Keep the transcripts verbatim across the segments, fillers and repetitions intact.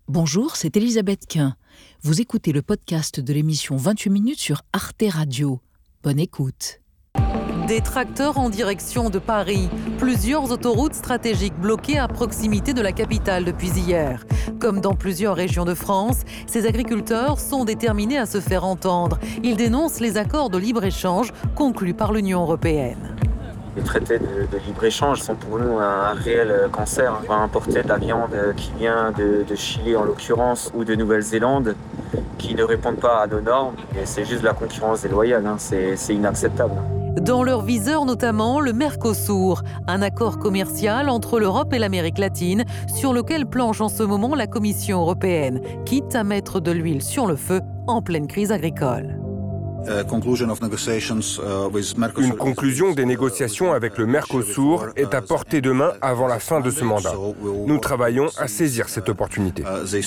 Bonjour, c'est Elisabeth Quint. Vous écoutez le podcast de l'émission vingt-huit minutes sur Arte Radio. Bonne écoute. Des tracteurs en direction de Paris. Plusieurs autoroutes stratégiques bloquées à proximité de la capitale depuis hier. Comme dans plusieurs régions de France, ces agriculteurs sont déterminés à se faire entendre. Ils dénoncent les accords de libre-échange conclus par l'Union européenne. Les traités de, de libre-échange sont pour nous un, un réel cancer. On va importer de la viande qui vient de, de Chili en l'occurrence ou de Nouvelle-Zélande qui ne répondent pas à nos normes. Et c'est juste de la concurrence déloyale, hein. c'est, c'est inacceptable. Dans leur viseur notamment le Mercosur, un accord commercial entre l'Europe et l'Amérique latine sur lequel planche en ce moment la Commission européenne, quitte à mettre de l'huile sur le feu en pleine crise agricole. Une conclusion des négociations avec le Mercosur est à portée de main avant la fin de ce mandat. Nous travaillons à saisir cette opportunité.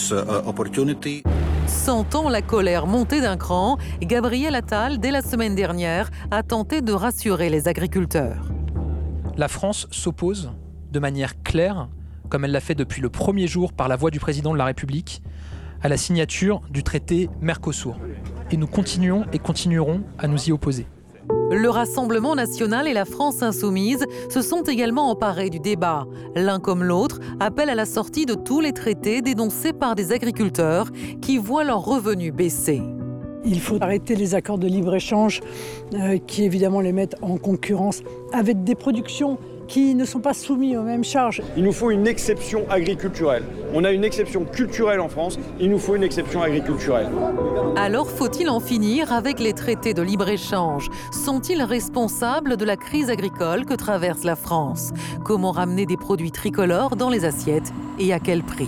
Sentant la colère monter d'un cran, Gabriel Attal, dès la semaine dernière, a tenté de rassurer les agriculteurs. La France s'oppose de manière claire, comme elle l'a fait depuis le premier jour par la voix du président de la République, à la signature du traité Mercosur. Et nous continuons et continuerons à nous y opposer. Le Rassemblement national et la France insoumise se sont également emparés du débat. L'un comme l'autre appellent à la sortie de tous les traités dénoncés par des agriculteurs qui voient leurs revenus baisser. Il faut arrêter les accords de libre-échange euh, qui évidemment les mettent en concurrence avec des productions qui ne sont pas soumis aux mêmes charges. Il nous faut une exception agriculturelle. On a une exception culturelle en France, il nous faut une exception agriculturelle. Alors faut-il en finir avec les traités de libre-échange ? Sont-ils responsables de la crise agricole que traverse la France ? Comment ramener des produits tricolores dans les assiettes et à quel prix ?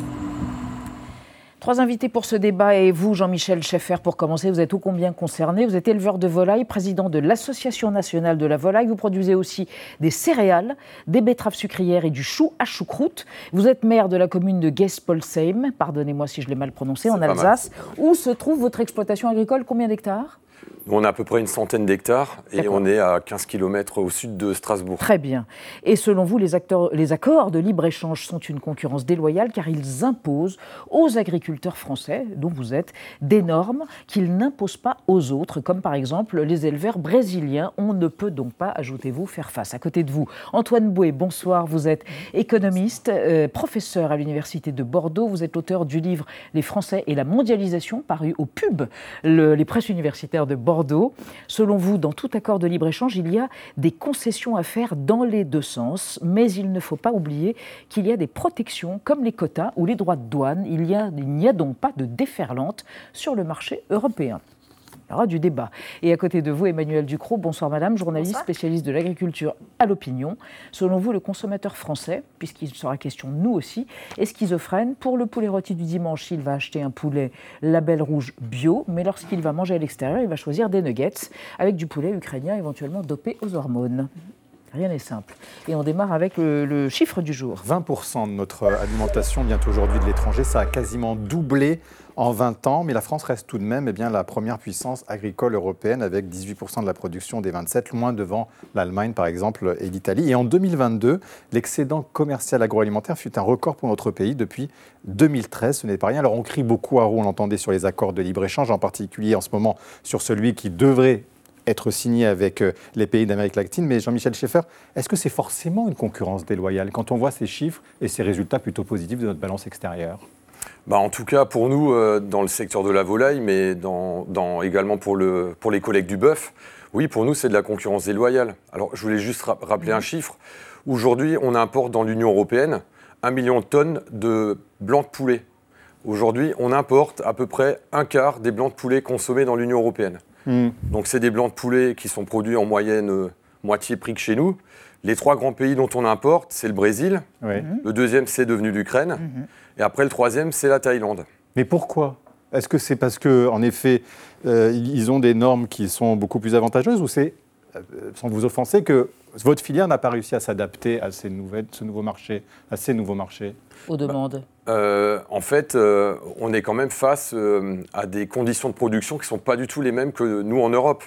Trois invités pour ce débat et vous, Jean-Michel Scheffer, pour commencer, vous êtes ô combien concerné. Vous êtes éleveur de volailles, président de l'Association nationale de la volaille. Vous produisez aussi des céréales, des betteraves sucrières et du chou à choucroute. Vous êtes maire de la commune de Gespolsheim, pardonnez-moi si je l'ai mal prononcé, C'est en Alsace. Où se trouve votre exploitation agricole ? Combien d'hectares ? On a à peu près une centaine d'hectares et D'accord. on est à quinze kilomètres au sud de Strasbourg. Très bien. Et selon vous, les, acteurs, les accords de libre-échange sont une concurrence déloyale car ils imposent aux agriculteurs français, dont vous êtes, des normes qu'ils n'imposent pas aux autres, comme par exemple les éleveurs brésiliens. On ne peut donc pas, ajoutez-vous, faire face. À côté de vous, Antoine Bouet, bonsoir. Vous êtes économiste, euh, professeur à l'Université de Bordeaux. Vous êtes l'auteur du livre « Les Français et la mondialisation » paru au Pub, le, les presses universitaires de Bordeaux. Bordeaux. Selon vous, dans tout accord de libre-échange, il y a des concessions à faire dans les deux sens, mais il ne faut pas oublier qu'il y a des protections comme les quotas ou les droits de douane. Il y a, il n'y a donc pas de déferlante sur le marché européen. Il y aura du débat. Et à côté de vous, Emmanuel Ducrot, bonsoir madame, journaliste bonsoir. Spécialiste de l'agriculture à l'opinion. Selon vous, le consommateur français, puisqu'il sera question de nous aussi, est schizophrène. Pour le poulet rôti du dimanche, il va acheter un poulet label rouge bio, mais lorsqu'il va manger à l'extérieur, il va choisir des nuggets avec du poulet ukrainien éventuellement dopé aux hormones. Rien n'est simple. Et on démarre avec le, le chiffre du jour. vingt pour cent de notre alimentation vient aujourd'hui de l'étranger. Ça a quasiment doublé en vingt ans, mais la France reste tout de même eh bien, la première puissance agricole européenne avec dix-huit pour cent de la production des vingt-sept, loin devant l'Allemagne par exemple et l'Italie. Et en deux mille vingt-deux, l'excédent commercial agroalimentaire fut un record pour notre pays depuis deux mille treize. Ce n'est pas rien. Alors on crie beaucoup à roue, on l'entendait sur les accords de libre-échange, en particulier en ce moment sur celui qui devrait être signé avec les pays d'Amérique latine. Mais Jean-Michel Scheffer, est-ce que c'est forcément une concurrence déloyale quand on voit ces chiffres et ces résultats plutôt positifs de notre balance extérieure ? Bah en tout cas, pour nous, euh, dans le secteur de la volaille, mais dans, dans, également pour, le, pour les collègues du bœuf, oui, pour nous, c'est de la concurrence déloyale. Alors, je voulais juste ra- rappeler un chiffre. Aujourd'hui, on importe dans l'Union européenne un million de tonnes de blancs de poulet. Aujourd'hui, on importe à peu près un quart des blancs de poulet consommés dans l'Union européenne. Mmh. Donc, c'est des blancs de poulet qui sont produits en moyenne euh, moitié prix que chez nous. Les trois grands pays dont on importe, c'est le Brésil. Oui. Le deuxième, c'est devenu l'Ukraine. Mmh. Et après, le troisième, c'est la Thaïlande. Mais pourquoi ? Est-ce que c'est parce qu'en effet, euh, ils ont des normes qui sont beaucoup plus avantageuses ou c'est, euh, sans vous offenser, que votre filière n'a pas réussi à s'adapter à ces nouvelles, ce nouveau marché, à ces nouveaux marchés ? Aux demandes. Euh, en fait, euh, on est quand même face euh, à des conditions de production qui ne sont pas du tout les mêmes que nous en Europe.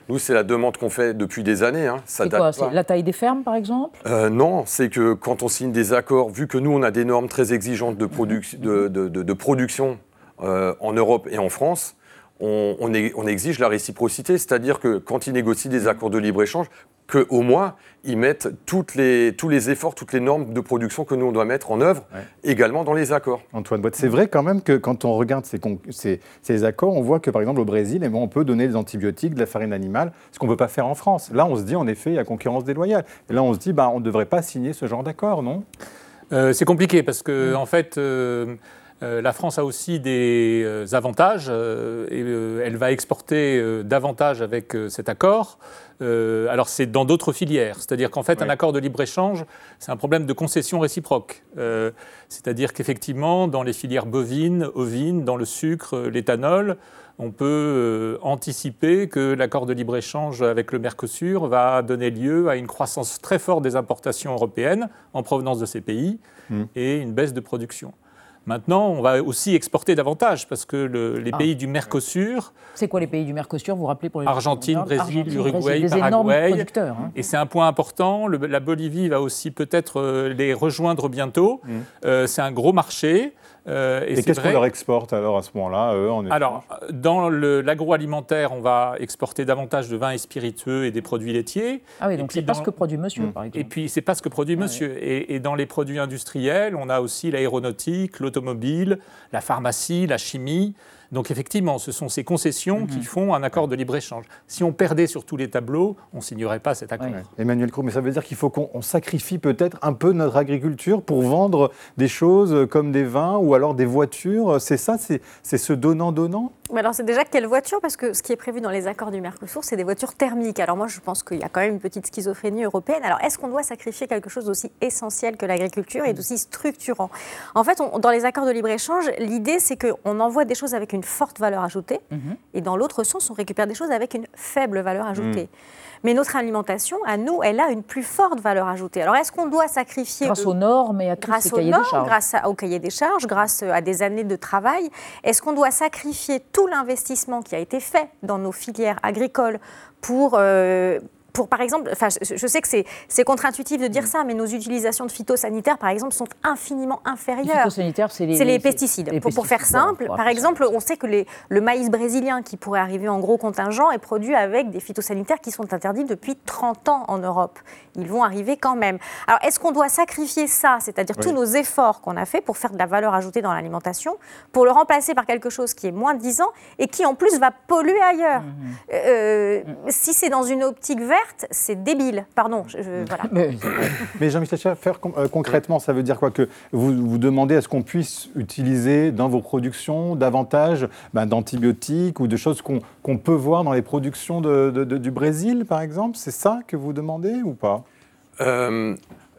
Nous, c'est la demande qu'on fait depuis des années. Hein. Ça c'est date quoi pas. C'est la taille des fermes, par exemple euh, Non, c'est que quand on signe des accords, vu que nous, on a des normes très exigeantes de, produc- de, de, de, de production euh, en Europe et en France, on, on, est, on exige la réciprocité. C'est-à-dire que quand ils négocient des accords de libre-échange, qu'au moins, ils mettent toutes les, tous les efforts, toutes les normes de production que nous, on doit mettre en œuvre, ouais. également dans les accords. Antoine Boite, c'est vrai quand même que quand on regarde ces, ces, ces accords, on voit que, par exemple, au Brésil, eh bien, on peut donner des antibiotiques, de la farine animale, ce qu'on ne peut pas faire en France. Là, on se dit, en effet, il y a concurrence déloyale. Et là, on se dit, bah, on ne devrait pas signer ce genre d'accord, non euh, C'est compliqué, parce que, mmh. en fait... Euh, Euh, la France a aussi des euh, avantages euh, et euh, elle va exporter euh, davantage avec euh, cet accord. Euh, alors c'est dans d'autres filières, c'est-à-dire qu'en fait oui. un accord de libre-échange, c'est un problème de concession réciproque. Euh, c'est-à-dire qu'effectivement dans les filières bovines, ovines, dans le sucre, l'éthanol, on peut euh, anticiper que l'accord de libre-échange avec le Mercosur va donner lieu à une croissance très forte des importations européennes en provenance de ces pays mmh. et une baisse de production. Maintenant, on va aussi exporter davantage parce que le, les ah. pays du Mercosur... C'est quoi les pays du Mercosur, vous vous rappelez pour les Argentine, Brésil, Argentine, Uruguay, Brésil, Paraguay. Hein. Et c'est un point important. Le, la Bolivie va aussi peut-être euh, les rejoindre bientôt. Mmh. Euh, c'est un gros marché. Euh, et et qu'est-ce qu'on leur exporte alors à ce moment-là, eux, en Alors, dans le, l'agroalimentaire, on va exporter davantage de vins et spiritueux et des produits laitiers. Ah oui, donc c'est dans... pas ce que produit monsieur, mmh. par exemple. Et puis, c'est pas ce que produit ah monsieur. Oui. Et, et dans les produits industriels, on a aussi l'aéronautique, l'automobile, la pharmacie, la chimie. Donc effectivement, ce sont ces concessions mmh. qui font un accord de libre-échange. Si on perdait sur tous les tableaux, on ne signerait pas cet accord. Ouais. Emmanuel Cros, mais ça veut dire qu'il faut qu'on on sacrifie peut-être un peu notre agriculture pour vendre des choses comme des vins ou alors des voitures. C'est ça, c'est, c'est ce donnant-donnant ? Mais alors c'est déjà quelle voiture ? Parce que ce qui est prévu dans les accords du Mercosur, c'est des voitures thermiques. Alors moi, je pense qu'il y a quand même une petite schizophrénie européenne. Alors est-ce qu'on doit sacrifier quelque chose d'aussi essentiel que l'agriculture et d'aussi structurant ? En fait, on, dans les accords de libre-échange, l'idée, c'est qu'on envoie des choses avec une forte valeur ajoutée, mmh. et dans l'autre sens, on récupère des choses avec une faible valeur ajoutée. Mmh. Mais notre alimentation, à nous, elle a une plus forte valeur ajoutée. Alors, est-ce qu'on doit sacrifier... Grâce le... aux normes et à tous ces cahiers normes, des charges. Grâce à, au cahier des charges, grâce à des années de travail, est-ce qu'on doit sacrifier tout l'investissement qui a été fait dans nos filières agricoles pour... Euh, Pour, par exemple, enfin, je sais que c'est, c'est contre-intuitif de dire ça, mais nos utilisations de phytosanitaires, par exemple, sont infiniment inférieures. Les phytosanitaires, c'est les, c'est les pesticides. Les pour, pesticides. Pour faire simple, voilà, par exemple, on sait que les, le maïs brésilien qui pourrait arriver en gros contingent est produit avec des phytosanitaires qui sont interdits depuis trente ans en Europe. Ils vont arriver quand même. Alors, est-ce qu'on doit sacrifier ça, c'est-à-dire oui. tous nos efforts qu'on a faits pour faire de la valeur ajoutée dans l'alimentation, pour le remplacer par quelque chose qui est moins disant et qui, en plus, va polluer ailleurs mmh. euh, mmh. Si c'est dans une optique verte, c'est débile. Pardon. Je, je, voilà. Mais, mais Jean-Michel Schaffer, euh, concrètement, ça veut dire quoi ? Que vous, vous demandez à ce qu'on puisse utiliser dans vos productions davantage ben, d'antibiotiques ou de choses qu'on, qu'on peut voir dans les productions de, de, de, du Brésil, par exemple ? C'est ça que vous demandez ou pas ? euh...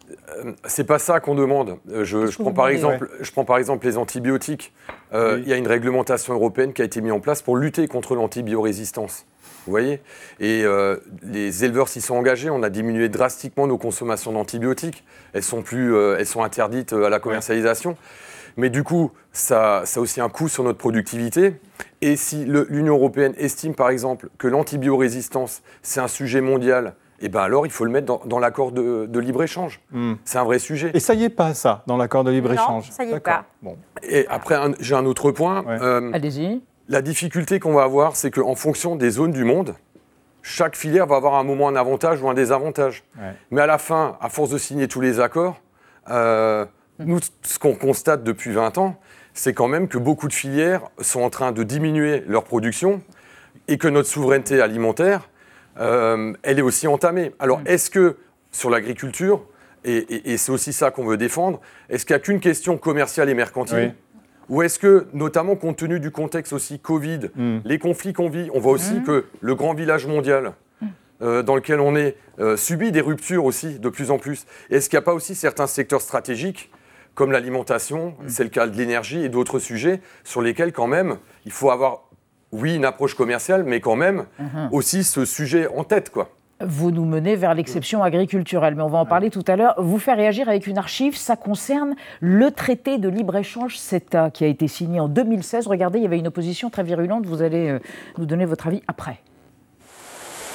C'est pas ça qu'on demande. Je, je, prends par exemple, ouais. je prends par exemple les antibiotiques. Euh, oui. Il y a une réglementation européenne qui a été mise en place pour lutter contre l'antibiorésistance. Vous voyez ? Et euh, les éleveurs s'y sont engagés. On a diminué drastiquement nos consommations d'antibiotiques. Elles sont, plus, euh, elles sont interdites à la commercialisation. Ouais. Mais du coup, ça, ça a aussi un coût sur notre productivité. Et si le, l'Union européenne estime par exemple que l'antibiorésistance, c'est un sujet mondial, et eh bien alors, il faut le mettre dans, dans l'accord de, de libre-échange. Mmh. C'est un vrai sujet. Et ça y est pas, ça, dans l'accord de libre-échange ? Non, ça y est D'accord. pas. Bon. Et après, un, j'ai un autre point. Ouais. Euh, Allez-y. La difficulté qu'on va avoir, c'est qu'en fonction des zones du monde, chaque filière va avoir un moment un avantage ou un désavantage. Ouais. Mais à la fin, à force de signer tous les accords, euh, mmh. nous, ce qu'on constate depuis vingt ans, c'est quand même que beaucoup de filières sont en train de diminuer leur production et que notre souveraineté alimentaire, Euh, elle est aussi entamée. Alors, mmh. est-ce que, sur l'agriculture, et, et, et c'est aussi ça qu'on veut défendre, est-ce qu'il n'y a qu'une question commerciale et mercantile ? Oui. Ou est-ce que, notamment compte tenu du contexte aussi Covid, mmh. les conflits qu'on vit, on voit aussi mmh. que le grand village mondial mmh. euh, dans lequel on est euh, subit des ruptures aussi de plus en plus. Et est-ce qu'il n'y a pas aussi certains secteurs stratégiques, comme l'alimentation, mmh. c'est le cas de l'énergie et d'autres sujets, sur lesquels quand même, il faut avoir... Oui, une approche commerciale, mais quand même mmh. aussi ce sujet en tête, quoi. Vous nous menez vers l'exception agriculturelle, mais on va en parler tout à l'heure. Vous faire réagir avec une archive, ça concerne le traité de libre-échange CETA qui a été signé en deux mille seize. Regardez, il y avait une opposition très virulente, vous allez euh, nous donner votre avis après.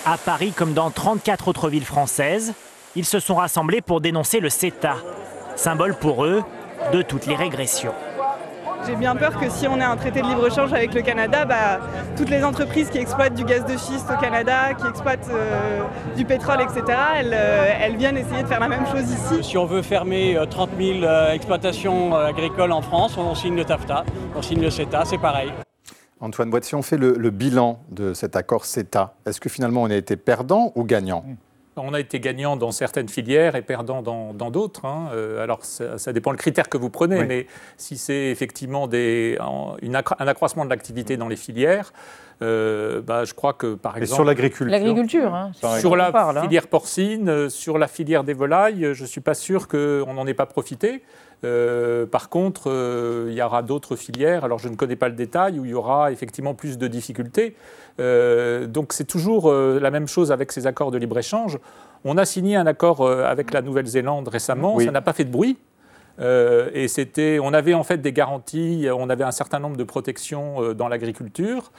À Paris, comme dans trente-quatre autres villes françaises, ils se sont rassemblés pour dénoncer le CETA, symbole pour eux de toutes les régressions. J'ai bien peur que si on a un traité de libre-échange avec le Canada, bah, toutes les entreprises qui exploitent du gaz de schiste au Canada, qui exploitent euh, du pétrole, et cetera, elles, euh, elles viennent essayer de faire la même chose ici. Si on veut fermer trente mille euh, exploitations euh, agricoles en France, on signe le TAFTA, on signe le CETA, c'est pareil. Antoine Boite, si on fait le, le bilan de cet accord CETA, est-ce que finalement on a été perdant ou gagnant ? On a été gagnant dans certaines filières et perdant dans, dans d'autres. Hein. Euh, alors, ça, ça dépend le critère que vous prenez, oui. Mais si c'est effectivement des, en, une accro- un accroissement de l'activité dans les filières, euh, bah, je crois que, par exemple... Et sur l'agriculture L'agriculture, hein, sur la parle, filière hein. porcine, euh, sur la filière des volailles, je ne suis pas sûr qu'on n'en ait pas profité. Euh, par contre, euh, il y aura d'autres filières, alors je ne connais pas le détail, où il y aura effectivement plus de difficultés. Euh, donc c'est toujours euh, la même chose avec ces accords de libre-échange. On a signé un accord euh, avec la Nouvelle-Zélande récemment, oui. Ça n'a pas fait de bruit. Euh, et c'était, on avait en fait des garanties, on avait un certain nombre de protections euh, dans l'agriculture.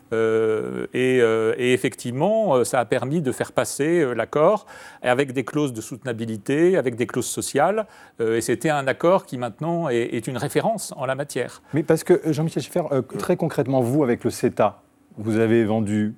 Euh, et, euh, et effectivement, ça a permis de faire passer euh, l'accord avec des clauses de soutenabilité, avec des clauses sociales. Euh, et c'était un accord qui maintenant est, est une référence en la matière. Mais parce que, Jean-Michel Schiffer, euh, très concrètement, vous, avec le CETA, vous avez vendu...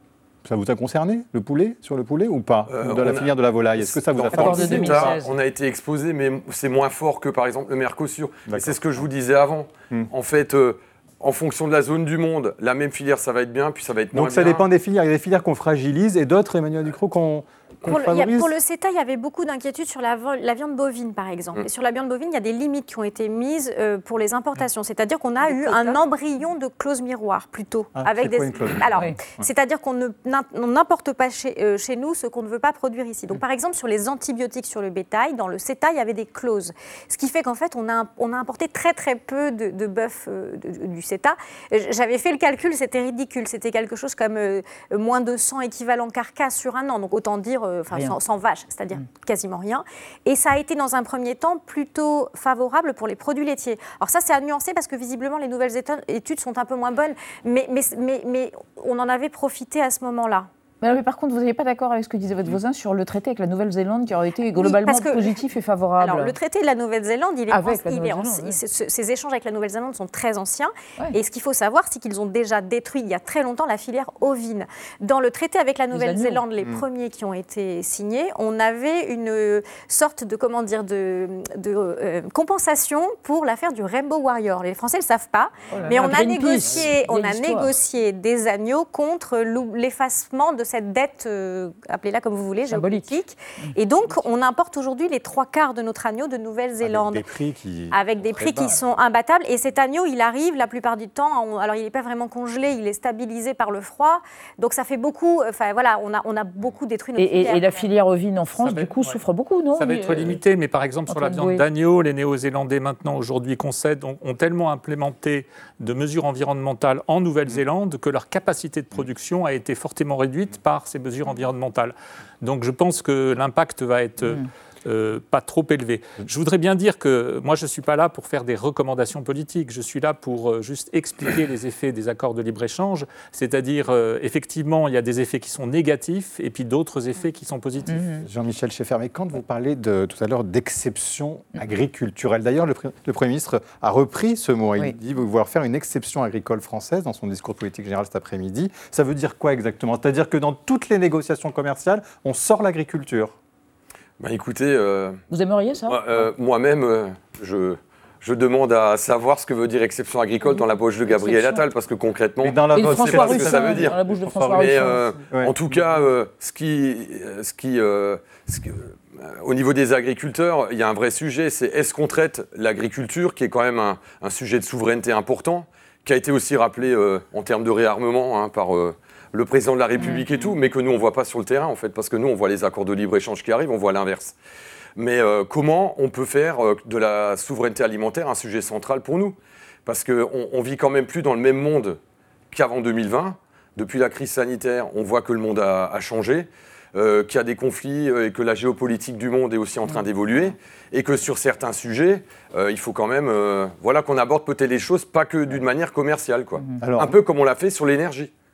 Ça vous a concerné, le poulet, sur le poulet ou pas euh, Dans la filière a... de la volaille, est-ce que ça vous a fait On a été exposé, mais c'est moins fort que, par exemple, le Mercosur. Et c'est ce que je vous disais avant. Hmm. En fait... Euh, En fonction de la zone du monde, la même filière, ça va être bien, puis ça va être moins bien. Donc ça dépend des filières. Il y a des filières qu'on fragilise et d'autres, Emmanuel Ducrot, qu'on, qu'on pour le, favorise. Y a, pour le CETA, il y avait beaucoup d'inquiétudes sur la, la viande bovine, par exemple. Mmh. Et sur la viande bovine, il y a des limites qui ont été mises euh, pour les importations. C'est-à-dire qu'on a eu un embryon de clause miroir, plutôt. Ah, avec c'est des... quoi une Alors, oui. c'est-à-dire qu'on ne, n'importe pas chez, euh, chez nous ce qu'on ne veut pas produire ici. Donc, mmh. par exemple, sur les antibiotiques sur le bétail, dans le CETA, il y avait des clauses. Ce qui fait qu'en fait, on a, on a importé très, très peu de, de bœuf euh, de, de, du CETA. J'avais fait le calcul, c'était ridicule. C'était quelque chose comme euh, moins de cent équivalents carcasses sur un an. Donc, autant dire, euh, sans, sans vaches, c'est-à-dire mmh. quasiment rien. Et ça a été, dans un premier temps, plutôt favorable pour les produits laitiers. Alors ça, c'est à nuancer parce que, visiblement, les nouvelles études sont un peu moins bonnes. Mais, mais, mais, mais on en avait profité à ce moment-là. Mais, mais par contre, vous n'êtes pas d'accord avec ce que disait votre voisin sur le traité avec la Nouvelle-Zélande qui aurait été globalement oui, que, positif et favorable. Alors, le traité de la Nouvelle-Zélande, il est, en, il est en, ouais. ces échanges avec la Nouvelle-Zélande sont très anciens. Ouais. Et ce qu'il faut savoir, c'est qu'ils ont déjà détruit, il y a très longtemps, la filière ovine. Dans le traité avec la Nouvelle-Zélande, les, les mmh. premiers qui ont été signés, on avait une sorte de, comment dire, de, de euh, compensation pour l'affaire du Rainbow Warrior. Les Français ne le savent pas, oh là mais là, on, a négocié, on a négocié des agneaux contre l'effacement de cette dette, euh, appelez-la comme vous voulez, géopolitique. Et donc, on importe aujourd'hui les trois quarts de notre agneau de Nouvelle-Zélande. Avec des prix qui, avec des prix qui sont imbattables. Et cet agneau, il arrive la plupart du temps, on, alors il n'est pas vraiment congelé, il est stabilisé par le froid. Donc, ça fait beaucoup, enfin voilà, on a, on a beaucoup détruit notre et, filière. Et, et la filière ovine en France, du coup, ouais. souffre beaucoup, non Ça va être limité, mais par exemple, sur la viande d'agneau, les Néo-Zélandais, maintenant, aujourd'hui, concèdent, ont, ont tellement implémenté de mesures environnementales en Nouvelle-Zélande que leur capacité de production a été fortement réduite par ces mesures environnementales. Donc je pense que l'impact va être mmh. euh, pas trop élevé. Je voudrais bien dire que moi je ne suis pas là pour faire des recommandations politiques, je suis là pour euh, juste expliquer les effets des accords de libre-échange, c'est-à-dire euh, effectivement il y a des effets qui sont négatifs et puis d'autres effets qui sont positifs. Mmh. Jean-Michel Schiffer, mais quand vous parlez de, tout à l'heure d'exception agriculturelle, d'ailleurs le, le Premier ministre a repris ce mot, il oui. dit vouloir faire une exception agricole française dans son discours politique général cet après-midi. Ça veut dire quoi exactement ? C'est-à-dire que dans toutes les négociations commerciales, on sort l'agriculture. Bah écoutez, euh, vous aimeriez ça euh, Moi-même, euh, je, je demande à savoir ce que veut dire exception agricole dans la bouche de Gabriel Attal, parce que concrètement, mais dans la je ne sais pas ce que ça veut dire. Dans la bouche de François mais euh, ouais. en tout cas, euh, ce qui, ce qui, euh, ce qui euh, au niveau des agriculteurs, il y a un vrai sujet, c'est est-ce qu'on traite l'agriculture, qui est quand même un, un sujet de souveraineté important, qui a été aussi rappelé euh, en termes de réarmement hein, par euh, le président de la République mmh. et tout, mais que nous, on ne voit pas sur le terrain, en fait, parce que nous, on voit les accords de libre-échange qui arrivent, on voit l'inverse. Mais euh, comment on peut faire euh, de la souveraineté alimentaire un sujet central pour nous ? Parce qu'on on vit quand même plus dans le même monde qu'avant deux mille vingt. Depuis la crise sanitaire, on voit que le monde a, a changé, euh, qu'il y a des conflits euh, et que la géopolitique du monde est aussi en train d'évoluer, et que sur certains sujets, euh, il faut quand même euh, voilà, qu'on aborde peut-être les choses pas que d'une manière commerciale, quoi. Alors, un peu comme on l'a fait sur l'énergie.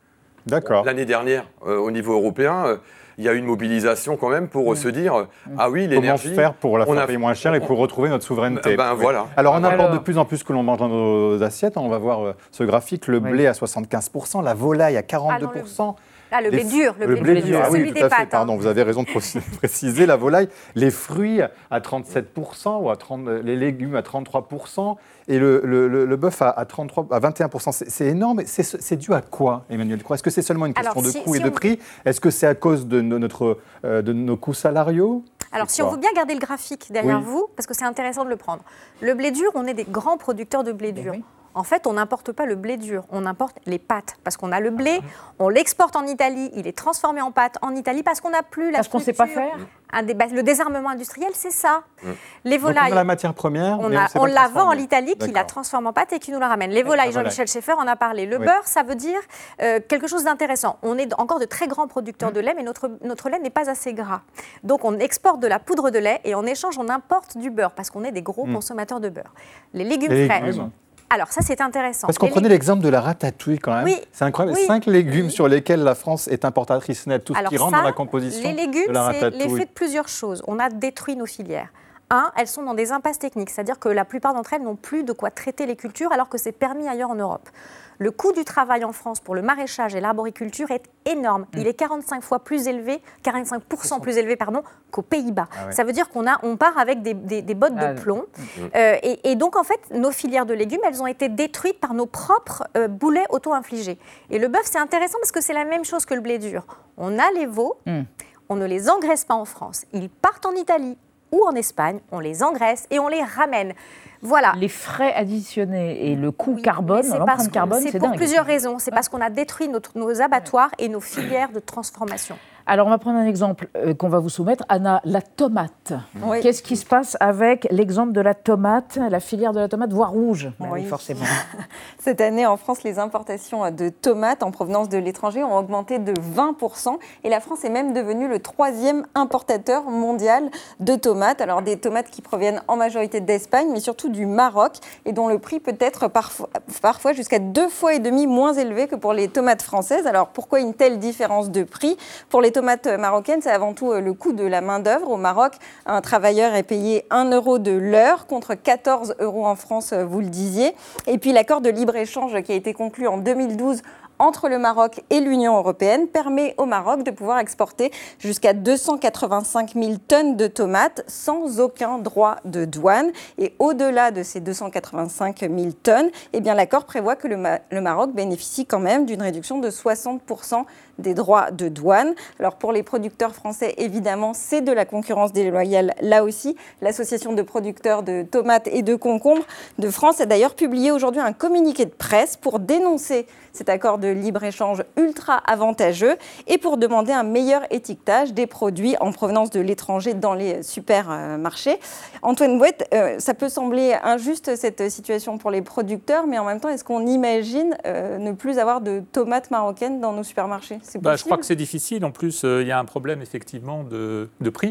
D'accord. L'année dernière, euh, au niveau européen, euh, il y a eu une mobilisation quand même pour mmh. se dire euh, ah oui, l'énergie. Comment faire pour la faire payer moins cher et pour retrouver notre souveraineté. Ben, oui. voilà. Alors on importe Alors... de plus en plus que l'on mange dans nos assiettes. On va voir euh, ce graphique. Le blé oui. à soixante-quinze pour cent, la volaille à quarante-deux pour cent. Ah, le blé dur, le, le blé, blé dur, ah, celui oui, des tout à fait. pâtes. Pardon, hein. vous avez raison de préciser la volaille. Les fruits à trente-sept pour cent, ou à trente, les légumes à trente-trois pour cent, et le, le, le, le bœuf à, à, trente-trois, à vingt et un pour cent. C'est, c'est énorme. C'est, c'est dû à quoi, Emmanuelle Croix ? Est-ce que c'est seulement une question Alors, de si, coût si et de on... prix ? Est-ce que c'est à cause de, notre, euh, de nos coûts salariaux ? Alors, si on veut bien garder le graphique derrière oui. vous, parce que c'est intéressant de le prendre. Le blé dur, on est des grands producteurs de blé dur. Oui. En fait, on n'importe pas le blé dur, on importe les pâtes. Parce qu'on a le blé, on l'exporte en Italie, il est transformé en pâtes en Italie parce qu'on n'a plus la Parce qu'on ne sait pas faire un dé... Le désarmement industriel, c'est ça. Mmh. Les volailles. Donc on a la matière première, on, mais a, on, on la vend en Italie, qui la transforme en pâte et qui nous la ramène. Les volailles, Jean-Michel Schaeffer en a parlé. Le oui. beurre, ça veut dire euh, quelque chose d'intéressant. On est encore de très grands producteurs mmh. de lait, mais notre, notre lait n'est pas assez gras. Donc on exporte de la poudre de lait et en échange, on importe du beurre parce qu'on est des gros mmh. consommateurs de beurre. Les légumes Les frais. Légumes. Alors, ça, c'est intéressant. Parce qu'on prenait l'exemple de la ratatouille, quand même. Oui, c'est incroyable. Oui, Cinq légumes oui. sur lesquels la France est importatrice nette, tout ce Alors qui rentre ça, dans la composition les légumes, de la ratatouille. c'est l'effet de plusieurs choses. On a détruit nos filières. Un, elles sont dans des impasses techniques, c'est-à-dire que la plupart d'entre elles n'ont plus de quoi traiter les cultures, alors que c'est permis ailleurs en Europe. Le coût du travail en France pour le maraîchage et l'arboriculture est énorme. Mmh. Il est quarante-cinq fois plus élevé, quarante-cinq pour cent plus élevé pardon, qu'aux Pays-Bas. Ah ouais. Ça veut dire qu'on a, on part avec des, des, des bottes ah de plomb. Mmh. Euh, et, et donc, en fait, nos filières de légumes, elles ont été détruites par nos propres euh, boulets auto-infligés. Et le bœuf, c'est intéressant parce que c'est la même chose que le blé dur. On a les veaux, mmh. on ne les engraisse pas en France. Ils partent en Italie ou en Espagne, on les engraisse et on les ramène. Voilà. Les frais additionnés et le coût oui, carbone, l'empreinte carbone, c'est, c'est dingue. pour plusieurs raisons. C'est parce qu'on a détruit notre, nos abattoirs et nos filières de transformation. Alors, on va prendre un exemple euh, qu'on va vous soumettre. Anna, la tomate. Oui. Qu'est-ce qui se passe avec l'exemple de la tomate, la filière de la tomate, voire rouge ? Oui, oui forcément. Cette année, en France, les importations de tomates en provenance de l'étranger ont augmenté de vingt pour cent. Et la France est même devenue le troisième importateur mondial de tomates. Alors, des tomates qui proviennent en majorité d'Espagne, mais surtout du Maroc, et dont le prix peut être parfois, parfois jusqu'à deux fois et demi moins élevé que pour les tomates françaises. Alors, pourquoi une telle différence de prix ? Pour les tomates marocaines, c'est avant tout le coût de la main-d'œuvre. Au Maroc, un travailleur est payé un euro de l'heure contre quatorze euros en France, vous le disiez. Et puis l'accord de libre-échange qui a été conclu en deux mille douze entre le Maroc et l'Union européenne permet au Maroc de pouvoir exporter jusqu'à deux cent quatre-vingt-cinq mille tonnes de tomates sans aucun droit de douane. Et au-delà de ces deux cent quatre-vingt-cinq mille tonnes, eh bien, l'accord prévoit que le, Ma- le Maroc bénéficie quand même d'une réduction de soixante pour cent des droits de douane. Alors pour les producteurs français, évidemment, c'est de la concurrence déloyale là aussi. L'association de producteurs de tomates et de concombres de France a d'ailleurs publié aujourd'hui un communiqué de presse pour dénoncer cet accord de libre-échange ultra avantageux et pour demander un meilleur étiquetage des produits en provenance de l'étranger dans les supermarchés. Antoine Bouette, euh, ça peut sembler injuste cette situation pour les producteurs, mais en même temps, est-ce qu'on imagine euh, ne plus avoir de tomates marocaines dans nos supermarchés ? C'est bah, je crois que c'est difficile. En plus, il euh, y a un problème effectivement de, de prix.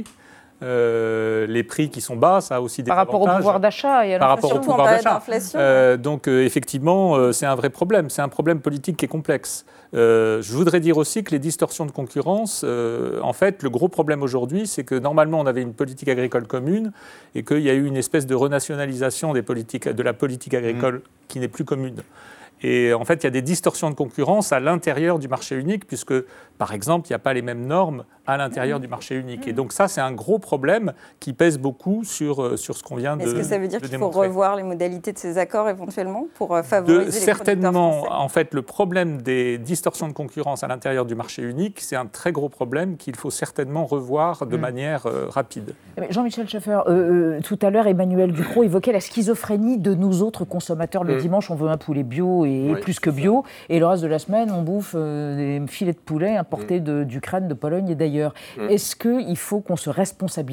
Euh, les prix qui sont bas, ça a aussi des par rapport avantages. au pouvoir d'achat et à par rapport au pouvoir d'achat. Euh, donc euh, effectivement, euh, c'est un vrai problème. C'est un problème politique qui est complexe. Euh, je voudrais dire aussi que les distorsions de concurrence, euh, en fait, le gros problème aujourd'hui, c'est que normalement, on avait une politique agricole commune et qu'il y a eu une espèce de renationalisation des politiques, de la politique agricole mmh. qui n'est plus commune. Et en fait, il y a des distorsions de concurrence à l'intérieur du marché unique, puisque, par exemple, il n'y a pas les mêmes normes à l'intérieur du marché unique. Et donc ça, c'est un gros problème qui pèse beaucoup sur, sur ce qu'on vient de démontrer. Est-ce que ça veut dire qu'il faut revoir les modalités de ces accords éventuellement pour favoriser de, les certainement, producteurs français ? En fait, le problème des distorsions de concurrence à l'intérieur du marché unique, c'est un très gros problème qu'il faut certainement revoir de mmh. manière euh, rapide. Jean-Michel Schaeffer, euh, euh, tout à l'heure, Emmanuel Ducrot évoquait la schizophrénie de nous autres consommateurs. Le mmh. dimanche, on veut un poulet bio et oui, plus que bio, et le reste de la semaine, on bouffe euh, des filets de poulet importés mmh. de, d'Ukraine, de Pologne et d'ailleurs. Mmh. Est-ce qu'il faut qu'on se responsabilise ?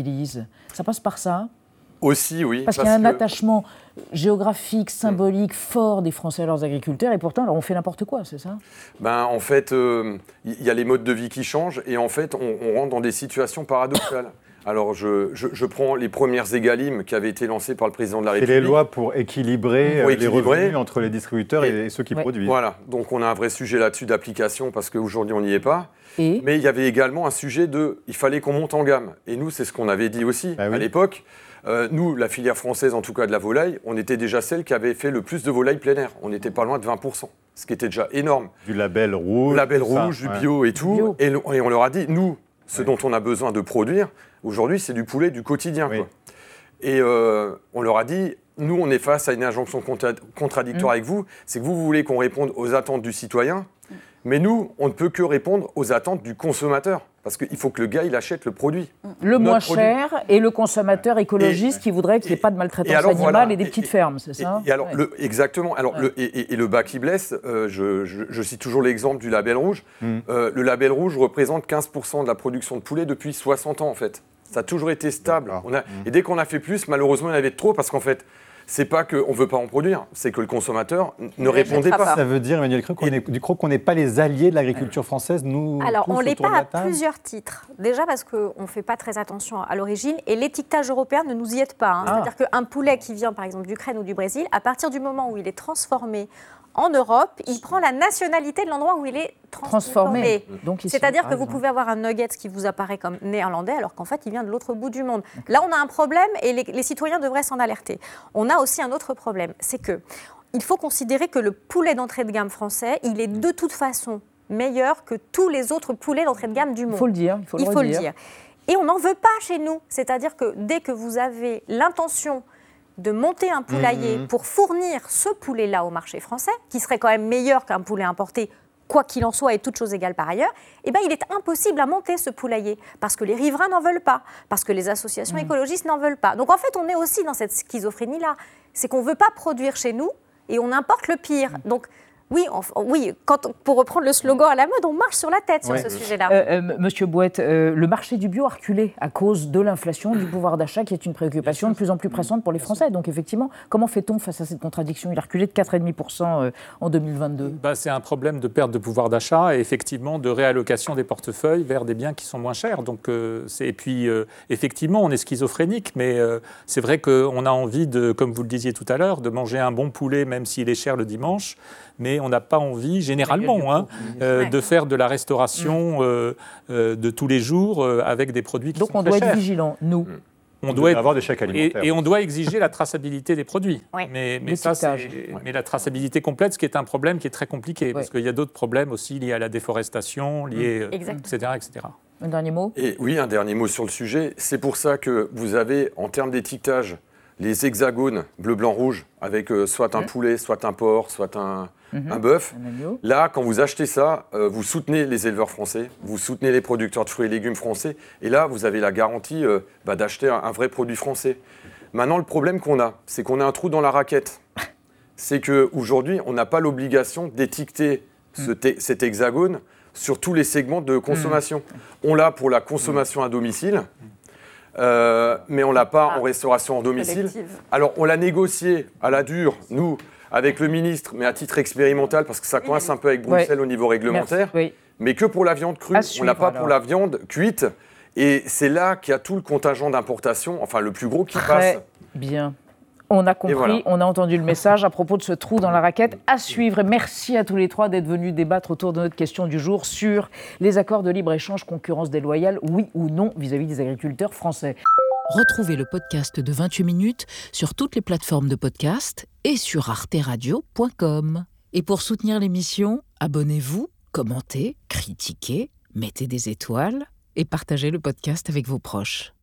Ça passe par ça ? Aussi, oui. Parce, parce qu'il y a un que... attachement géographique, symbolique, mmh. fort des Français à leurs agriculteurs, et pourtant, alors, on fait n'importe quoi, c'est ça ? Ben, en fait, il euh, y a les modes de vie qui changent, et en fait, on, on rentre dans des situations paradoxales. Alors, je, je, je prends les premières Egalim qui avaient été lancées par le président de la République. C'est les lois pour équilibrer, pour les équilibrer. revenus entre les distributeurs et, et ceux qui ouais. produisent. Voilà, donc on a un vrai sujet là-dessus d'application parce qu'aujourd'hui, on n'y est pas. Et Mais il y avait également un sujet de... Il fallait qu'on monte en gamme. Et nous, c'est ce qu'on avait dit aussi bah oui. à l'époque. Euh, nous, la filière française, en tout cas de la volaille, on était déjà celle qui avait fait le plus de volaille plein air. On n'était pas loin de vingt pour cent, ce qui était déjà énorme. Du label rouge. Label rouge, ça, du bio ouais. et tout. Bio. Et, et on leur a dit, nous, ce ouais. dont on a besoin de produire, aujourd'hui, c'est du poulet du quotidien. Oui. Quoi. Et euh, on leur a dit, nous, on est face à une injonction contra- contradictoire mmh. avec vous. C'est que vous, vous voulez qu'on réponde aux attentes du citoyen, mmh. mais nous, on ne peut que répondre aux attentes du consommateur. Parce qu'il faut que le gars, il achète le produit. Le moins produit. cher et le consommateur écologiste et, qui voudrait qu'il n'y ait pas de maltraitance animale voilà, et des petites et, fermes, c'est ça et, et alors, ouais. le, Exactement. Alors, ouais. le, et, et le bas qui blesse, euh, je, je, je cite toujours l'exemple du label rouge. Mm. Euh, le label rouge représente quinze pour cent de la production de poulet depuis soixante ans, en fait. Ça a toujours été stable. On a, mm. Et dès qu'on a fait plus, malheureusement, il y en avait trop, parce qu'en fait, c'est pas qu'on ne veut pas en produire, c'est que le consommateur n- ne répondait pas. pas. Ça veut dire, Emmanuel Creux, qu'on est, du coup, qu'on n'est pas les alliés de l'agriculture française, nous. Alors, on ne l'est pas à plusieurs titres. Déjà parce qu'on ne fait pas très attention à l'origine et l'étiquetage européen ne nous y aide pas. Hein. Ah. C'est-à-dire qu'un poulet qui vient, par exemple, d'Ukraine ou du Brésil, à partir du moment où il est transformé en Europe, il prend la nationalité de l'endroit où il est transformé. transformé. Donc, c'est-à-dire que vous pouvez avoir un nugget qui vous apparaît comme néerlandais alors qu'en fait, il vient de l'autre bout du monde. Okay. Là, on a un problème et les, les citoyens devraient s'en alerter. On a aussi un autre problème, c'est que il faut considérer que le poulet d'entrée de gamme français, il est de toute façon meilleur que tous les autres poulets d'entrée de gamme du monde. Il faut le dire. Il faut, il le, faut le dire. Et on n'en veut pas chez nous. C'est-à-dire que dès que vous avez l'intention de monter un poulailler mmh. pour fournir ce poulet-là au marché français, qui serait quand même meilleur qu'un poulet importé, quoi qu'il en soit, et toutes choses égales par ailleurs, eh ben, il est impossible à monter ce poulailler, parce que les riverains n'en veulent pas, parce que les associations mmh. écologistes n'en veulent pas. Donc en fait, on est aussi dans cette schizophrénie-là. C'est qu'on ne veut pas produire chez nous, et on importe le pire. Mmh. Donc, oui, on, oui quand, pour reprendre le slogan à la mode, on marche sur la tête sur ouais. ce sujet-là. Euh, euh, Monsieur Bouette, euh, le marché du bio a reculé à cause de l'inflation, du pouvoir d'achat, qui est une préoccupation de plus en plus pressante pour les Français. Donc effectivement, comment fait-on face à cette contradiction ? Il a reculé de quatre virgule cinq pour cent en deux mille vingt-deux. Bah, c'est un problème de perte de pouvoir d'achat et effectivement de réallocation des portefeuilles vers des biens qui sont moins chers. Donc, euh, c'est, et puis, euh, effectivement, on est schizophrénique, mais euh, c'est vrai qu'on a envie, de, comme vous le disiez tout à l'heure, de manger un bon poulet, même s'il est cher le dimanche. Mais on n'a pas envie, généralement, hein, euh, de faire de la restauration euh, euh, de tous les jours euh, avec des produits qui Donc sont très chers. Donc on doit être vigilant, nous. On, on doit être, avoir des chèques alimentaires. Et, et on doit exiger la traçabilité des produits. Oui. Mais, mais, ça, c'est, ouais. mais la traçabilité complète, ce qui est un problème qui est très compliqué, ouais. parce qu'il y a d'autres problèmes aussi liés à la déforestation, liés, mmh. et cetera, et cetera. Un dernier mot ? Et oui, un dernier mot sur le sujet. C'est pour ça que vous avez, en termes d'étiquetage, les hexagones bleu, blanc, rouge, avec euh, soit un mmh. poulet, soit un porc, soit un... Mmh. un bœuf. Là, quand vous achetez ça, euh, vous soutenez les éleveurs français, vous soutenez les producteurs de fruits et légumes français, et là, vous avez la garantie euh, bah, d'acheter un, un vrai produit français. Maintenant, le problème qu'on a, c'est qu'on a un trou dans la raquette. C'est qu'aujourd'hui, on n'a pas l'obligation d'étiqueter ce te- cet hexagone sur tous les segments de consommation. Mmh. On l'a pour la consommation à domicile, euh, mais on ne l'a pas ah. en restauration en domicile. Collective. Alors, on l'a négocié à la dure, nous, avec le ministre, mais à titre expérimental, parce que ça coince un peu avec Bruxelles ouais. au niveau réglementaire, oui. mais que pour la viande crue. Suivre, on n'a pas alors. pour la viande cuite. Et c'est là qu'il y a tout le contingent d'importation, enfin le plus gros qui Très passe. Bien. On a compris, voilà. on a entendu le message à propos de ce trou dans la raquette. À suivre. Et merci à tous les trois d'être venus débattre autour de notre question du jour sur les accords de libre-échange, concurrence déloyale, oui ou non, vis-à-vis des agriculteurs français. Retrouvez le podcast de vingt-huit minutes sur toutes les plateformes de podcast et sur arte radio point com. Et pour soutenir l'émission, abonnez-vous, commentez, critiquez, mettez des étoiles et partagez le podcast avec vos proches.